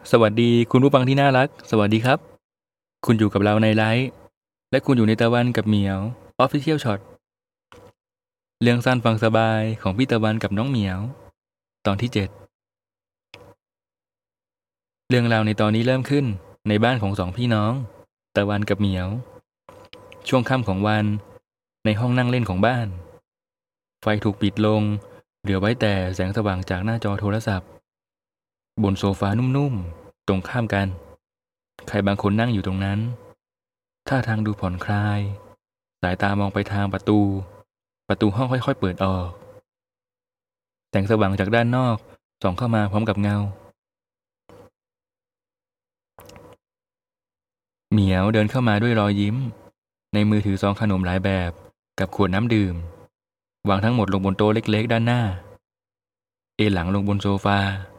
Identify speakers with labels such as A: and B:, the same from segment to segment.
A: สวัสดีคุณผู้ฟังที่น่ารักสวัสดีครับคุณอยู่กับเราในไลฟ์และคุณอยู่ในตะวันกับเหมียว Official Shot เรื่องสั้นฟังสบายของพี่ตะวันกับน้องเหมียวตอนที่7เรื่องราวในตอนนี้เริ่มขึ้นในบ้านของสองพี่น้องตะวันกับเหมียวช่วงค่ำของวันในห้องนั่งเล่นของบ้านไฟถูกปิดลงเหลือไว้แต่แสงสว่างจากหน้าจอโทรศัพท์บนโซฟานุ่มๆตรงข้ามกันใครบางคนนั่งอยู่ตรงนั้นท่าทางดูผ่อนคลายสายตามองไปทางประตูห้องค่อยๆเปิดออกแสงสว่างจากด้านนอกส่องเข้ามาพร้อมกับเงาเหมียวเดินเข้ามาด้วยรอยยิ้มในมือถือซองขนมหลายแบบกับขวดน้ำดื่มวางทั้งหมดลงบนโต๊ะเล็กๆด้านหน้าเอนหลังลงบนโซฟา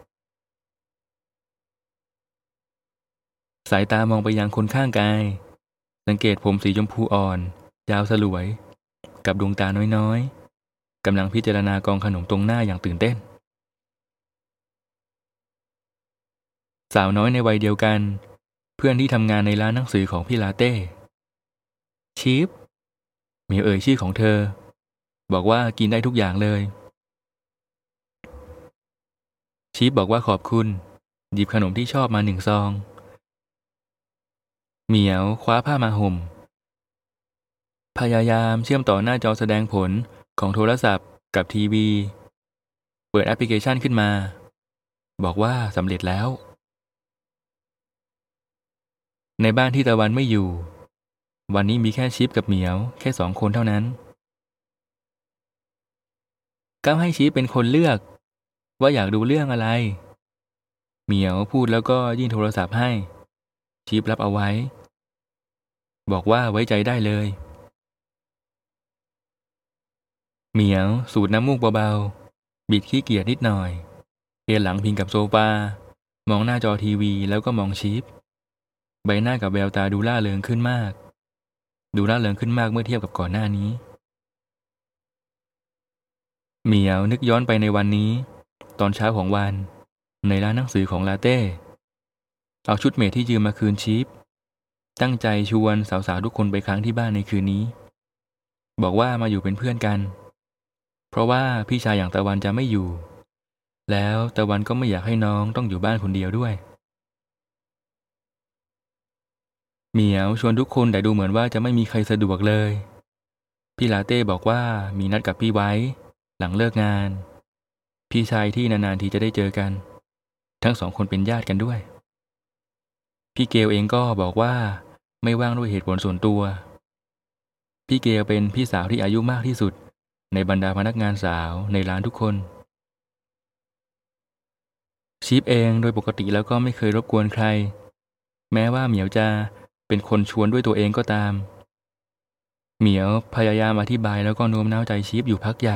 A: สายตามองไปยังคนข้างกายสังเกตผมสีชมพูอ่อนยาวสลวยกับดวงตาน้อยๆกำลังพิจารณากองขนมตรงหน้าอย่างตื่นเต้นสาวน้อยในวัยเดียวกันเพื่อนที่ทำงานในร้านหนังสือของพี่ลาเต้ชีฟมีเอ่ยชื่อของเธอบอกว่ากินได้ทุกอย่างเลยชีฟบอกว่าขอบคุณหยิบขนมที่ชอบมา1 ซองเหมียวคว้าผ้ามาห่มพยายามเชื่อมต่อหน้าจอแสดงผลของโทรศัพท์กับทีวีเปิดแอปพลิเคชันขึ้นมาบอกว่าสำเร็จแล้วในบ้านที่ตะวันไม่อยู่วันนี้มีแค่ชิปกับเหมียวแค่2 คนเท่านั้นก้าวให้ชิปเป็นคนเลือกว่าอยากดูเรื่องอะไรเหมียวพูดแล้วก็ยื่นโทรศัพท์ให้ชิปรับเอาไว้บอกว่าไว้ใจได้เลยเหมียวสูดน้ำมูกเบาๆบิดขี้เกียจนิดหน่อยเอนหลังพิงกับโซฟามองหน้าจอทีวีแล้วก็มองชิปใบหน้ากับแววตาดูล่าเริงขึ้นมากเมื่อเทียบกับก่อนหน้านี้เหมียวนึกย้อนไปในวันนี้ตอนเช้าของวันในร้านหนังสือของลาเต้เอาชุดเมทที่ยืมมาคืนชิปตั้งใจชวนสาวๆทุกคนไปค้างที่บ้านในคืนนี้บอกว่ามาอยู่เป็นเพื่อนกันเพราะว่าพี่ชายอย่างตะวันจะไม่อยู่แล้วตะวันก็ไม่อยากให้น้องต้องอยู่บ้านคนเดียวด้วยเหมียวชวนทุกคนแต่ดูเหมือนว่าจะไม่มีใครสะดวกเลยพี่ลาเต้บอกว่ามีนัดกับพี่ไว้หลังเลิกงานพี่ชายที่นานๆทีจะได้เจอกันทั้ง2 คนเป็นญาติกันด้วยพี่เกลเองก็บอกว่าไม่ว่างด้วยเหตุผลส่วนตัวพี่เกลเป็นพี่สาวที่อายุมากที่สุดในบรรดาพนักงานสาวในร้านทุกคนชีฟเองโดยปกติแล้วก็ไม่เคยรบกวนใครแม้ว่าเหมียวจะเป็นคนชวนด้วยตัวเองก็ตามเหมียวพยายามอธิบายแล้วก็โน้มน้าวใจชีฟอยู่พักใหญ่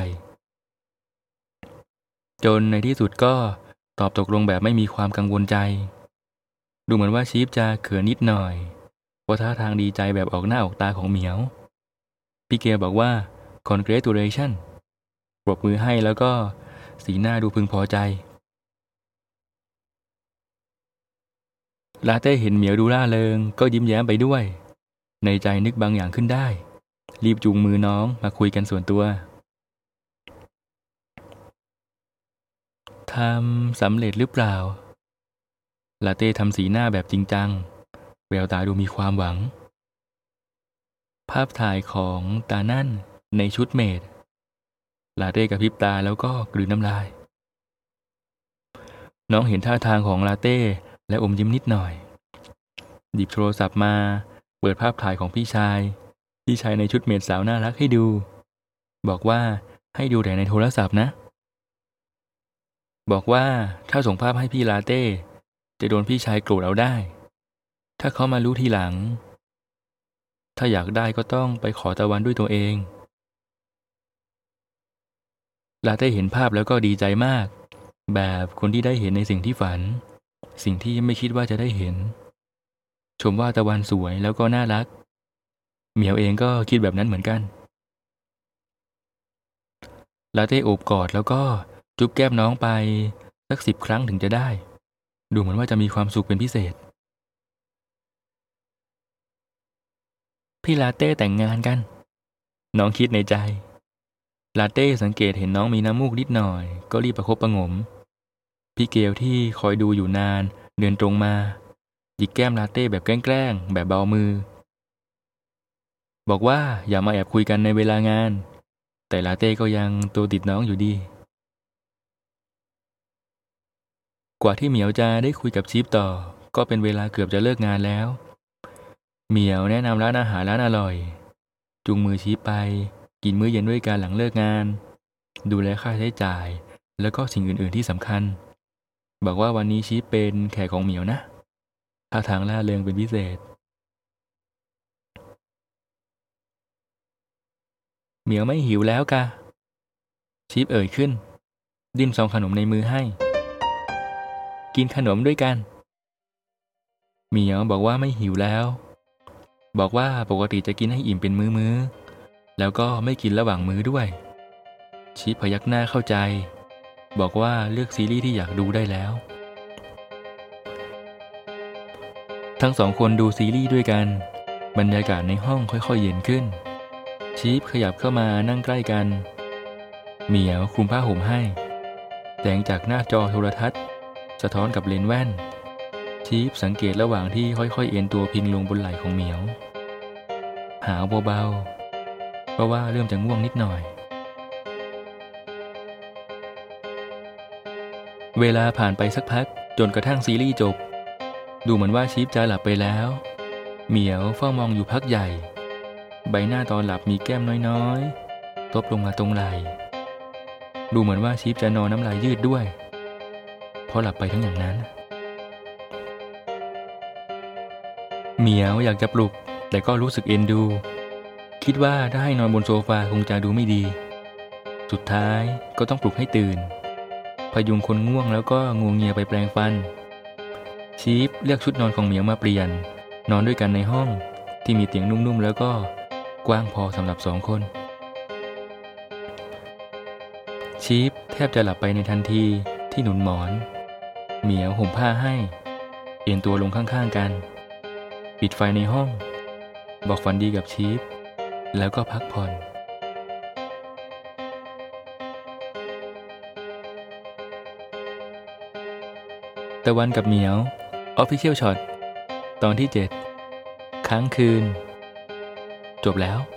A: จนในที่สุดก็ตอบตกลงแบบไม่มีความกังวลใจดูเหมือนว่าชีฟจะเขินนิดหน่อยเพราะท่าทางดีใจแบบออกหน้าออกตาของเหมียวพี่เกลบอกว่า congratulation ปรบมือให้แล้วก็สีหน้าดูพึงพอใจลาเต้เห็นเหมียวดูร่าเริงก็ยิ้มแย้มไปด้วยในใจนึกบางอย่างขึ้นได้รีบจูงมือน้องมาคุยกันส่วนตัวทำสำเร็จหรือเปล่าลาเต้ทำสีหน้าแบบจริงจังแววตาดูมีความหวังภาพถ่ายของตานั่นในชุดเมดลาเต้กระพริบตาแล้วก็กลืนน้ำลายน้องเห็นท่าทางของลาเต้และอมยิ้มนิดหน่อยหยิบโทรศัพท์มาเปิดภาพถ่ายของพี่ชายในชุดเมดสาวน่ารักให้ดูบอกว่าให้ดูแต่ในโทรศัพท์นะบอกว่าถ้าส่งภาพให้พี่ลาเต้จะโดนพี่ชายโกรธเอาได้ถ้าเขามารู้ทีหลังถ้าอยากได้ก็ต้องไปขอตะวันด้วยตัวเองลาเต้เห็นภาพแล้วก็ดีใจมากแบบคนที่ได้เห็นในสิ่งที่ฝันสิ่งที่ไม่คิดว่าจะได้เห็นชมว่าตะวันสวยแล้วก็น่ารักเหมียวเองก็คิดแบบนั้นเหมือนกันลาเต้โอบกอดแล้วก็จุ๊บแก้มน้องไปสัก10 ครั้งถึงจะได้ดูเหมือนว่าจะมีความสุขเป็นพิเศษพี่ลาเต้แต่งงานกันน้องคิดในใจลาเต้สังเกตเห็นน้องมีน้ำมูกนิดหน่อยก็รีบประคบประหงมพี่เกลที่คอยดูอยู่นานเดินตรงมาหยิกแก้มลาเต้แบบแกล้งๆแบบเบามือบอกว่าอย่ามาแอบคุยกันในเวลางานแต่ลาเต้ก็ยังตัวติดน้องอยู่ดีกว่าที่เหมียวจะได้คุยกับชีฟต่อก็เป็นเวลาเกือบจะเลิกงานแล้วเหมียวแนะนำร้านอาหารร้านอร่อยจูงมือชีฟไปกินมื้อเย็นด้วยกันหลังเลิกงานดูแลค่าใช้จ่ายแล้วก็สิ่งอื่นๆที่สำคัญบอกว่าวันนี้ชีฟเป็นแขกของเหมียวนะท่าทางร่าเริงเป็นพิเศษเหมียวไม่หิวแล้วกะชีฟเอ่ยขึ้นดิ้นซองขนมในมือให้กินขนมด้วยกันเหมียวบอกว่าไม่หิวแล้วบอกว่าปกติจะกินให้อิ่มเป็นมื้อๆแล้วก็ไม่กินระหว่างมื้อด้วยชีฟพยักหน้าเข้าใจบอกว่าเลือกซีรีส์ที่อยากดูได้แล้วทั้งสองคนดูซีรีส์ด้วยกันบรรยากาศในห้องค่อยๆเย็นขึ้นชีฟขยับเข้ามานั่งใกล้กันเหมียวคลุมผ้าห่มให้แสงจากหน้าจอโทรทัศน์สะท้อนกับเลนส์แว่นชีฟสังเกตระหว่างที่ค่อยๆเอ็นตัวพิงลงบนไหล่ของเหมียวหาวเบาๆเพราะว่าเริ่มจะง่วงนิดหน่อยเวลาผ่านไปสักพักจนกระทั่งซีรีส์จบดูเหมือนว่าชีฟจะหลับไปแล้วเหมียวเฝ้ามองอยู่พักใหญ่ใบหน้าตอนหลับมีแก้มน้อยๆทบลงมาตรงไหล่ดูเหมือนว่าชีฟจะนอนน้ำลายยืดด้วยเพราะหลับไปทั้งอย่างนั้นเหมียวอยากจะปลุกแต่ก็รู้สึกเอ็นดูคิดว่าถ้าให้นอนบนโซฟาคงจะดูไม่ดีสุดท้ายก็ต้องปลุกให้ตื่นพยุงคนง่วงแล้วก็งัวเงียไปแปรงฟันชีฟเลือกชุดนอนของเหมียวมาเปลี่ยนนอนด้วยกันในห้องที่มีเตียงนุ่มๆแล้วก็กว้างพอสำหรับ2 คนชีฟแทบจะหลับไปในทันทีที่หนุนหมอนเหมียวห่มผ้าให้เอนตัวลงข้างๆกันปิดไฟในห้องบอกฝันดีกับชีฟแล้วก็พักผ่อนตะวันกับเหมียว Official Shot ตอนที่ 7 ค้างคืนจบแล้ว